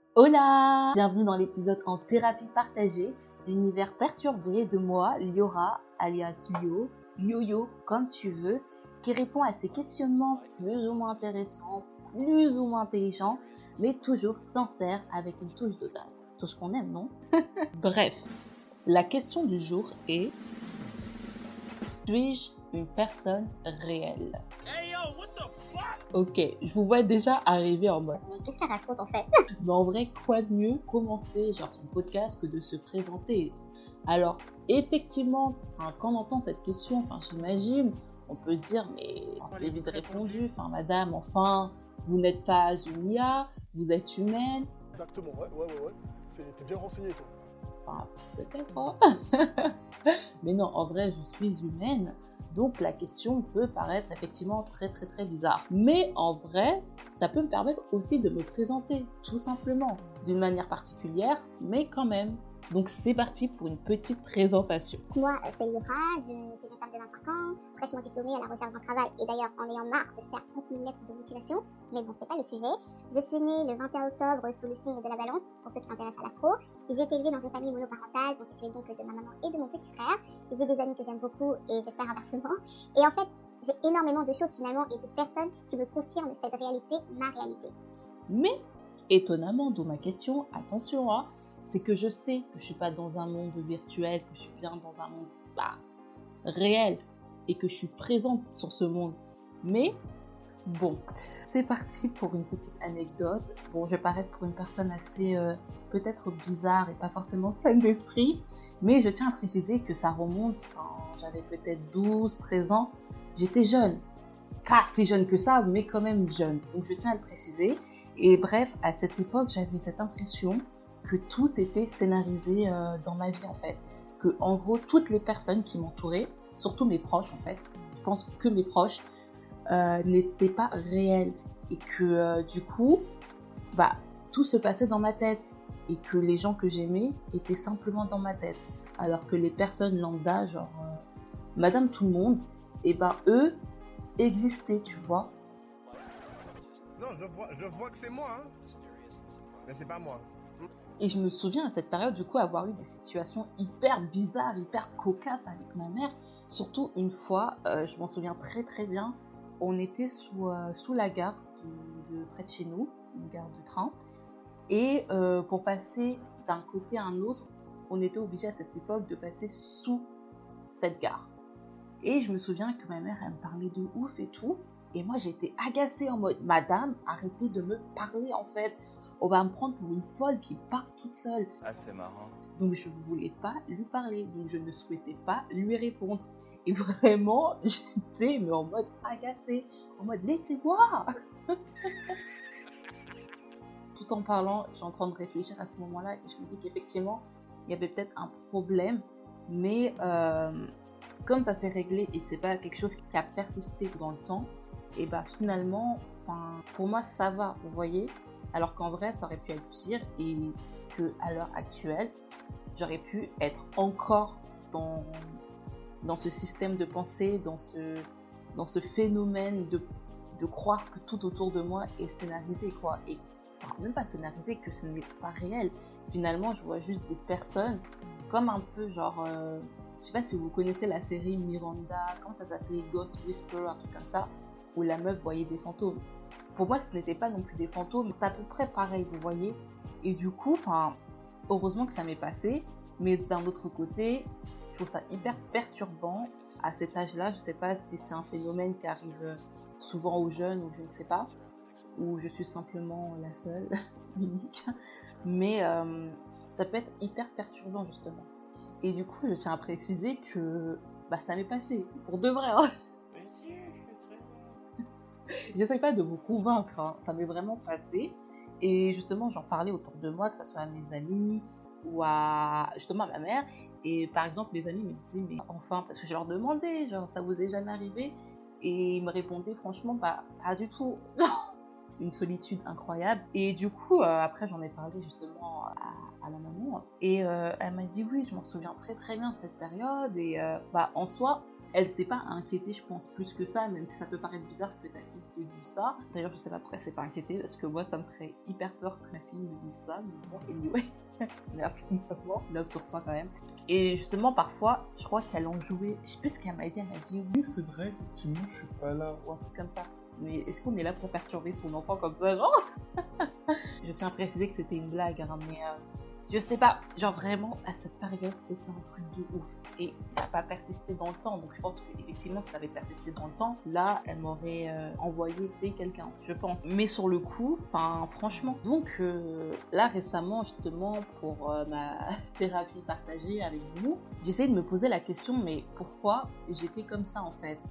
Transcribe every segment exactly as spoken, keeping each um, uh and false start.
Hola! Bienvenue dans l'épisode en thérapie partagée, l'univers perturbé de moi, Liora, alias Lio, Yo-Yo, comme tu veux, qui répond à ces questionnements plus ou moins intéressants, plus ou moins intelligents, mais toujours sincères avec une touche d'audace. Tout ce qu'on aime, non? Bref, la question du jour est: suis-je une personne réelle? Hey yo, what the fuck? Ok, je vous vois déjà arriver en mode. Mais qu'est-ce qu'elle raconte en fait? Mais en vrai, quoi de mieux commencer genre son podcast que de se présenter? Alors, effectivement, enfin, quand on entend cette question, enfin, j'imagine, on peut se dire, mais enfin, c'est vite répondu, enfin, madame, enfin, vous n'êtes pas une I A, vous êtes humaine. Exactement, ouais, ouais, ouais, ouais. C'est- T'es bien renseigné, toi. Enfin, peut-être, hein. Mais non, en vrai, je suis humaine. Donc la question peut paraître effectivement très très très bizarre. Mais en vrai, ça peut me permettre aussi de me présenter, tout simplement, d'une manière particulière, mais quand même. Donc c'est parti pour une petite présentation. Moi, euh, c'est Liora, je suis une femme de vingt-cinq ans, fraîchement diplômée à la recherche d'un travail et d'ailleurs en ayant marre de faire trente mille lettres de motivation. Mais bon, c'est pas le sujet. Je suis née le vingt et un octobre sous le signe de la balance, pour ceux qui s'intéressent à l'astro. J'ai été élevée dans une famille monoparentale, constituée donc de ma maman et de mon petit frère. J'ai des amis que j'aime beaucoup et j'espère inversement. Et en fait, j'ai énormément de choses finalement et de personnes qui me confirment cette réalité, ma réalité. Mais, étonnamment, d'où ma question, attention, hein, c'est que je sais que je suis pas dans un monde virtuel, que je suis bien dans un monde bah, réel et que je suis présente sur ce monde. Mais bon, c'est parti pour une petite anecdote. Bon, je vais paraître pour une personne assez euh, peut-être bizarre et pas forcément saine d'esprit, mais je tiens à préciser que ça remonte quand j'avais peut-être douze, treize ans. J'étais jeune, pas si jeune que ça, mais quand même jeune. Donc je tiens à le préciser. Et bref, à cette époque, j'avais cette impression que tout était scénarisé euh, dans ma vie en fait. Que en gros, toutes les personnes qui m'entouraient, surtout mes proches en fait, je pense que mes proches, euh, n'étaient pas réelles. Et que euh, du coup, bah, tout se passait dans ma tête. Et que les gens que j'aimais étaient simplement dans ma tête. Alors que les personnes lambda, genre euh, Madame Tout le Monde, et ben eux existaient, tu vois. Non, je vois, je vois que c'est moi, hein. Mais c'est pas moi. Et je me souviens à cette période, du coup, avoir eu des situations hyper bizarres, hyper cocasses avec ma mère. Surtout une fois, euh, je m'en souviens très très bien, on était sous, euh, sous la gare de, de près de chez nous, une gare de train. Et euh, pour passer d'un côté à un autre, on était obligé à cette époque de passer sous cette gare. Et je me souviens que ma mère, elle me parlait de ouf et tout. Et moi, j'étais agacée en mode, madame, arrêtez de me parler en fait. On va me prendre pour une folle qui part toute seule. Ah, c'est marrant. Donc je ne voulais pas lui parler, donc je ne souhaitais pas lui répondre. Et vraiment, j'étais mais en mode agacée, en mode laissez-moi. Tout en parlant, je suis en train de réfléchir à ce moment-là et je me dis qu'effectivement, il y avait peut-être un problème, mais euh, comme ça s'est réglé et que c'est pas quelque chose qui a persisté dans le temps, et bah finalement, pour moi ça va, vous voyez. Alors qu'en vrai, ça aurait pu être pire et qu'à l'heure actuelle, j'aurais pu être encore dans, dans ce système de pensée, dans ce, dans ce phénomène de, de croire que tout autour de moi est scénarisé, quoi. Et enfin, même pas scénarisé, que ce n'est pas réel. Finalement, je vois juste des personnes comme un peu genre... Euh, je sais pas si vous connaissez la série Miranda, comment ça s'appelait, Ghost Whisperer, un truc comme ça, où la meuf voyait des fantômes. Pour moi, ce n'était pas non plus des fantômes, c'est à peu près pareil, vous voyez. Et du coup, enfin, heureusement que ça m'est passé, mais d'un autre côté, je trouve ça hyper perturbant à cet âge-là. Je sais pas si c'est un phénomène qui arrive souvent aux jeunes ou je ne sais pas, ou je suis simplement la seule, unique, mais euh, ça peut être hyper perturbant justement. Et du coup, je tiens à préciser que bah, ça m'est passé, pour de vrai. Hein. J'essaie pas de vous convaincre, hein. Ça m'est vraiment passé. Et justement, j'en parlais autour de moi, que ce soit à mes amis ou à justement à ma mère. Et par exemple, mes amis me disaient, mais enfin, parce que je leur demandais, genre, ça vous est jamais arrivé? Et ils me répondaient, franchement, bah, pas du tout. Une solitude incroyable. Et du coup, euh, après, j'en ai parlé justement à, à la maman. Et euh, elle m'a dit, oui, je m'en souviens très très bien de cette période. Et euh, bah, en soi, elle s'est pas inquiétée, je pense, plus que ça, même si ça peut paraître bizarre que ta fille te dise ça. D'ailleurs, je sais pas pourquoi elle s'est pas inquiétée, parce que moi, ça me ferait hyper peur que ma fille monde me dise ça, mais bon, anyway. Merci maman, love sur toi quand même. Et justement, parfois, je crois qu'elle en jouait, je sais plus ce qu'elle m'a dit, elle m'a dit oui, c'est vrai, effectivement, je suis pas là, ou un truc comme ça. Mais est-ce qu'on est là pour perturber son enfant comme ça, genre? Je tiens à préciser que c'était une blague, hein, mais euh, je sais pas, genre vraiment, à cette période, c'était un truc de ouf. Et ça n'a pas persisté dans le temps, donc je pense qu'effectivement, si ça avait persisté dans le temps, là, elle m'aurait euh, envoyé quelqu'un, je pense. Mais sur le coup, enfin, franchement. Donc euh, là, récemment, justement, pour euh, ma thérapie partagée avec vous, j'essayais de me poser la question, mais pourquoi j'étais comme ça, en fait?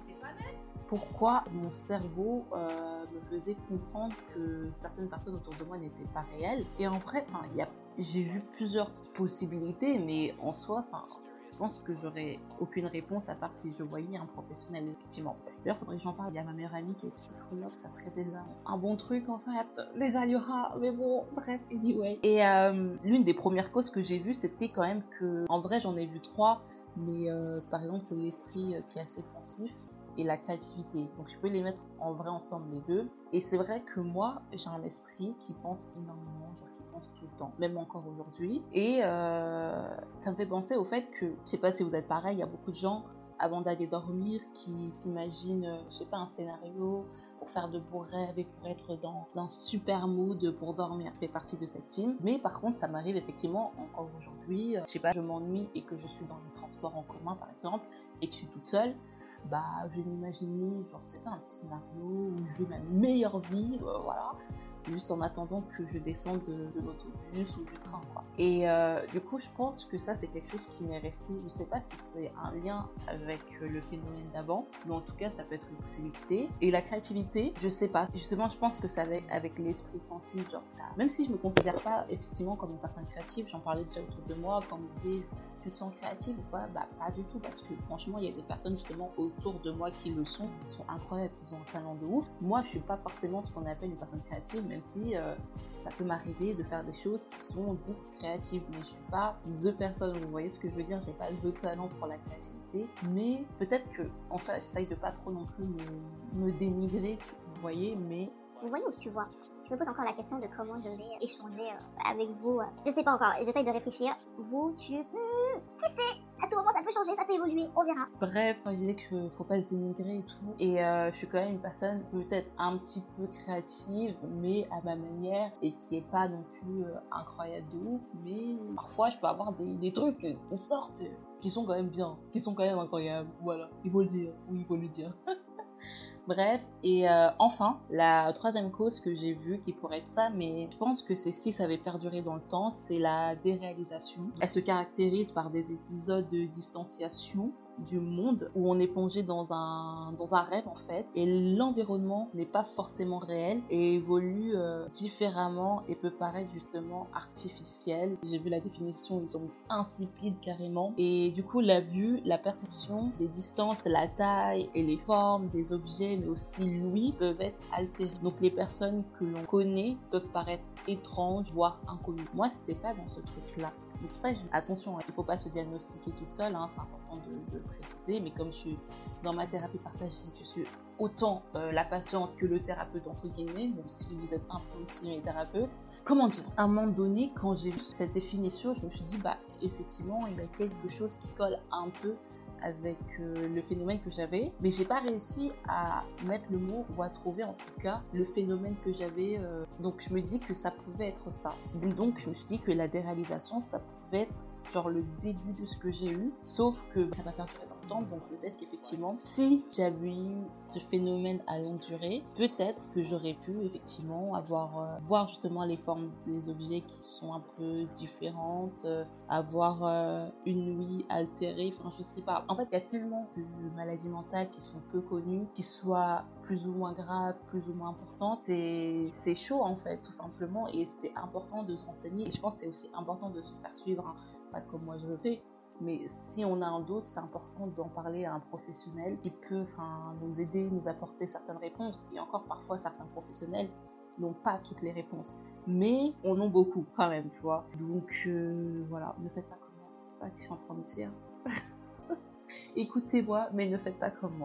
Pourquoi mon cerveau euh, me faisait comprendre que certaines personnes autour de moi n'étaient pas réelles. Et en vrai, y a, j'ai vu plusieurs possibilités, mais en soi, je pense que j'aurais aucune réponse à part si je voyais un professionnel, effectivement. D'ailleurs, il faudrait que j'en parle. Il y a ma meilleure amie qui est psychologue, ça serait déjà un bon truc, en fait. Déjà, il y aura, mais bon, bref, anyway. Et euh, l'une des premières causes que j'ai vues, c'était quand même que, en vrai, j'en ai vu trois, mais euh, par exemple, c'est l'esprit qui est assez pensif et la créativité. Donc je peux les mettre en vrai ensemble les deux. Et c'est vrai que moi, j'ai un esprit qui pense énormément, genre qui pense tout le temps, même encore aujourd'hui. Et euh, ça me fait penser au fait que, je sais pas si vous êtes pareil, il y a beaucoup de gens, avant d'aller dormir, qui s'imaginent, je sais pas, un scénario pour faire de beaux rêves et pour être dans un super mood pour dormir. Je fais partie de cette team. Mais par contre, ça m'arrive effectivement encore aujourd'hui, je sais pas, je m'ennuie et que je suis dans les transports en commun par exemple, et que je suis toute seule. Bah, je m'imaginais, genre, c'est pas un petit scénario où je vis ma meilleure vie, euh, voilà, juste en attendant que je descende de, de l'autobus ou du train, quoi. Et euh, du coup, je pense que ça, c'est quelque chose qui m'est resté, je sais pas si c'est un lien avec le phénomène d'avant, mais en tout cas, ça peut être une possibilité. Et la créativité, je sais pas, justement, je pense que c'est avec, avec l'esprit pensif, genre, même si je me considère pas, effectivement, comme une personne créative, j'en parlais déjà autour de moi, quand on me disait, tu te sens créative ou pas? Bah pas du tout, parce que franchement il y a des personnes justement autour de moi qui le sont, qui sont incroyables, qui ont un talent de ouf. Moi je suis pas forcément ce qu'on appelle une personne créative, même si euh, ça peut m'arriver de faire des choses qui sont dites créatives, mais je suis pas the personne, vous voyez ce que je veux dire, j'ai pas the talent pour la créativité, mais peut-être que, en fait j'essaye de pas trop non plus me, me dénigrer, vous voyez, mais... Vous voyez où tu vois? Je me pose encore la question de comment je vais échanger avec vous. Je sais pas encore, j'essaye de réfléchir. Vous, tu... Hmm, qui sait? À tout moment, ça peut changer, ça peut évoluer, on verra. Bref, je disais qu'il faut pas se dénigrer et tout. Et euh, je suis quand même une personne peut-être un petit peu créative, mais à ma manière, et qui est pas non plus euh, incroyable de ouf. Mais parfois, je peux avoir des, des trucs qui sortent, qui sont quand même bien, qui sont quand même incroyables. Voilà, il faut le dire. Oui, il faut le dire. Bref, et euh, enfin, la troisième cause que j'ai vue qui pourrait être ça, mais je pense que c'est si ça avait perduré dans le temps, c'est la déréalisation. Elle se caractérise par des épisodes de distanciation du monde où on est plongé dans un, dans un rêve en fait, et l'environnement n'est pas forcément réel et évolue euh, différemment et peut paraître justement artificiel. J'ai vu la définition, ils sont insipides carrément, et du coup la vue, la perception des distances, la taille et les formes des objets, mais aussi l'ouïe, peuvent être altérées. Donc les personnes que l'on connaît peuvent paraître étranges, voire inconnues. Moi c'était pas dans ce truc là. C'est pour ça que je... attention, il ne faut pas se diagnostiquer toute seule, hein, c'est important de, de le préciser, mais comme je suis dans ma thérapie partagée, je suis autant euh, la patiente que le thérapeute entre guillemets, même si vous êtes un peu aussi mes thérapeutes. Comment dire, à un moment donné, quand j'ai vu cette définition, je me suis dit, bah effectivement, il y a quelque chose qui colle un peu avec euh, le phénomène que j'avais, mais j'ai pas réussi à mettre le mot ou à trouver en tout cas le phénomène que j'avais, euh, donc je me dis que ça pouvait être ça. Donc je me suis dit que la déréalisation, ça pouvait être genre le début de ce que j'ai eu, sauf que ça va faire durer dans le temps, donc peut-être qu'effectivement, si j'avais eu ce phénomène à longue durée, peut-être que j'aurais pu effectivement avoir, euh, voir justement les formes des objets qui sont un peu différentes, euh, avoir euh, une ouïe altérée, enfin je sais pas. En fait, il y a tellement de maladies mentales qui sont peu connues, qui soient plus ou moins graves, plus ou moins importantes. C'est, c'est chaud en fait, tout simplement, et c'est important de se renseigner. Et je pense que c'est aussi important de se faire suivre, hein. Pas comme moi je le fais, mais si on a un doute, c'est important d'en parler à un professionnel qui peut enfin, nous aider, nous apporter certaines réponses. Et encore parfois, certains professionnels n'ont pas toutes les réponses, mais on en a beaucoup quand même, tu vois. Donc euh, voilà, ne faites pas comme moi, c'est ça que je suis en train de dire. Écoutez-moi, mais ne faites pas comme moi.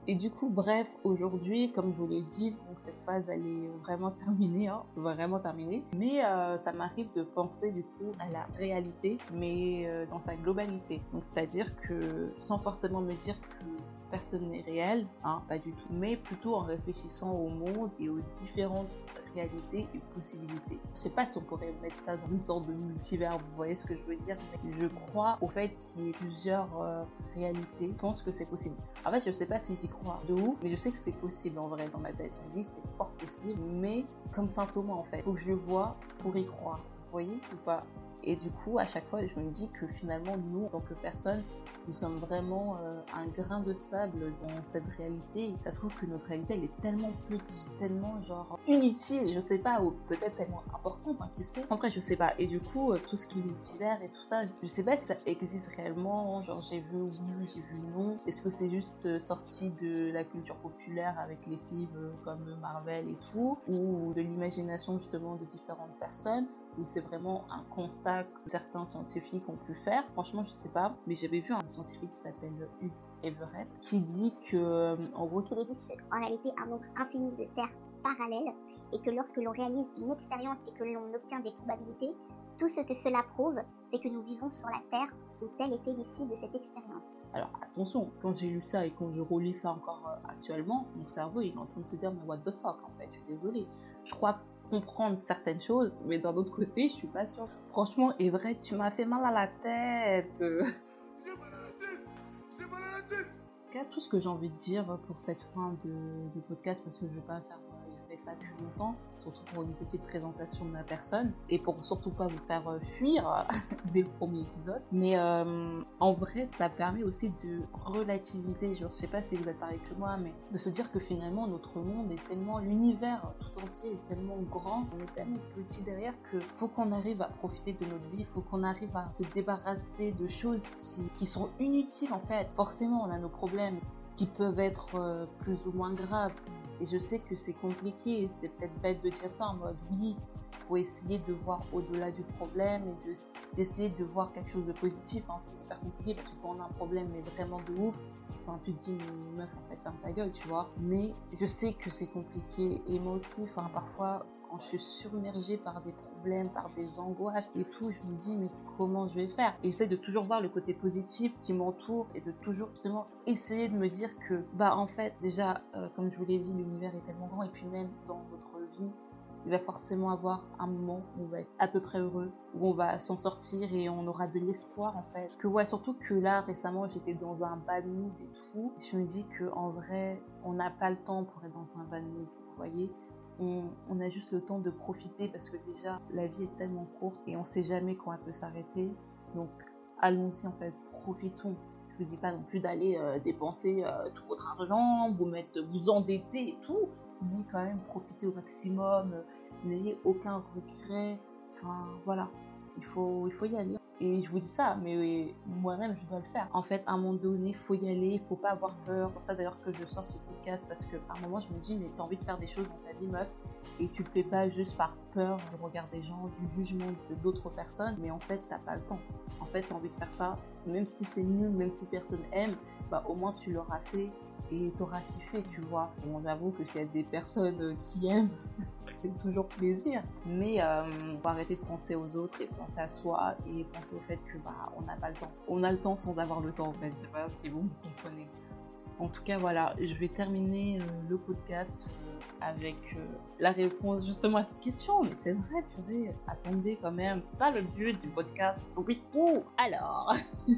Et du coup, bref, aujourd'hui, comme je vous l'ai dit, donc cette phase elle est vraiment terminée, hein, vraiment terminée. Mais euh, ça m'arrive de penser du coup à la réalité, mais euh, dans sa globalité. Donc c'est-à-dire que sans forcément me dire que personne n'est réel, hein, pas du tout, mais plutôt en réfléchissant au monde et aux différentes réalités et possibilités. Je sais pas si on pourrait mettre ça dans une sorte de multivers, vous voyez ce que je veux dire, mais je crois au fait qu'il y ait plusieurs euh, réalités. Je pense que c'est possible. En fait, je sais pas si j'y crois de ouf, mais je sais que c'est possible en vrai dans ma tête. Je me dis c'est fort possible, mais comme Saint Thomas en fait, faut que je le vois pour y croire. Vous voyez ou pas? Et du coup, à chaque fois, je me dis que finalement, nous, en tant que personnes, nous sommes vraiment euh, un grain de sable dans cette réalité. Et ça se trouve que notre réalité, elle est tellement petite, tellement genre inutile, je sais pas, ou peut-être tellement importante, hein, qui sait. Après, je sais pas. Et du coup, euh, tout ce qui est multivers et tout ça, je sais pas si ça existe réellement. Genre, j'ai vu oui, j'ai vu non. Est-ce que c'est juste euh, sorti de la culture populaire avec les films euh, comme Marvel et tout, ou de l'imagination justement de différentes personnes, ou c'est vraiment un constat que certains scientifiques ont pu faire. Franchement, je sais pas, mais j'avais vu un scientifique qui s'appelle Hugh Everett qui dit que, en gros, qu'il existe en réalité un nombre infini de terres parallèles et que lorsque l'on réalise une expérience et que l'on obtient des probabilités, tout ce que cela prouve, c'est que nous vivons sur la Terre où telle était l'issue de cette expérience. Alors attention, quand j'ai lu ça et quand je relis ça encore euh, actuellement, mon cerveau il est en train de se dire mais what the fuck en fait, je suis désolée. Je crois comprendre certaines choses, mais d'un autre côté, je suis pas sûre. Franchement, Everett, tu m'as fait mal à la tête. J'ai mal à la tête. J'ai mal à la tête. Tout ce que j'ai envie de dire pour cette fin de, de podcast, parce que je vais pas faire euh, ça depuis longtemps, surtout pour une petite présentation de ma personne et pour surtout pas vous faire euh, fuir dès le premier épisode. Mais euh, en vrai, ça permet aussi de relativiser. Je sais pas si vous êtes pareil que moi, mais de se dire que finalement notre monde est tellement, l'univers tout entier est tellement grand, on est tellement petit derrière que faut qu'on arrive à profiter de notre vie, faut qu'on arrive à se débarrasser de choses qui, qui sont inutiles en fait. Forcément, on a nos problèmes qui peuvent être euh, plus ou moins graves. Et je sais que c'est compliqué, c'est peut-être bête de dire ça en mode oui, faut essayer de voir au-delà du problème et de, d'essayer de voir quelque chose de positif. Hein. C'est hyper compliqué parce que quand on a un problème mais vraiment de ouf, enfin, tu te dis mais meuf en fait ferme ta gueule, tu vois. Mais je sais que c'est compliqué et moi aussi, enfin parfois quand je suis submergée par des problèmes, par des angoisses et tout, je me dis mais comment je vais faire? Et j'essaie de toujours voir le côté positif qui m'entoure et de toujours justement essayer de me dire que bah en fait déjà euh, comme je vous l'ai dit, l'univers est tellement grand et puis même dans votre vie il va forcément avoir un moment où on va être à peu près heureux, où on va s'en sortir et on aura de l'espoir en fait. Que ouais, surtout que là récemment j'étais dans un bad mood et tout, et je me dis que en vrai on n'a pas le temps pour être dans un bad mood, vous voyez. On, on a juste le temps de profiter parce que déjà la vie est tellement courte et on sait jamais quand elle peut s'arrêter. Donc allons-y en fait, profitons. Je vous dis pas non plus d'aller euh, dépenser euh, tout votre argent, vous mettre, vous endetter et tout, mais quand même profitez au maximum, euh, n'ayez aucun regret. Enfin voilà, il faut, il faut y aller. Et je vous dis ça, mais euh, moi-même je dois le faire. En fait, à un moment donné, il faut y aller, il faut pas avoir peur. C'est pour ça d'ailleurs que je sors ce podcast, parce que par un moment je me dis, mais t'as envie de faire des choses dans ta vie, meuf, et tu le fais pas juste par peur du regard des gens, du jugement de d'autres personnes, mais en fait t'as pas le temps. En fait t'as envie de faire ça, même si c'est nul, même si personne aime, bah au moins tu l'auras fait et t'auras kiffé, tu vois. Bon, j'avoue que s'il y a des personnes qui aiment, ça fait toujours plaisir, mais euh, faut arrêter de penser aux autres et penser à soi et penser au fait que bah on n'a pas le temps. On a le temps sans avoir le temps en fait, je sais pas si vous me comprenez. En tout cas voilà, je vais terminer euh, le podcast euh, avec euh, la réponse justement à cette question, mais c'est vrai, purée, attendez quand même, c'est ça le but du podcast, oui tout. Alors,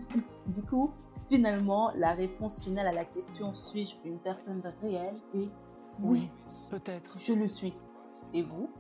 du coup, finalement, la réponse finale à la question « Suis-je une personne réelle ?» est « Oui, peut-être. Je le suis. » Et vous?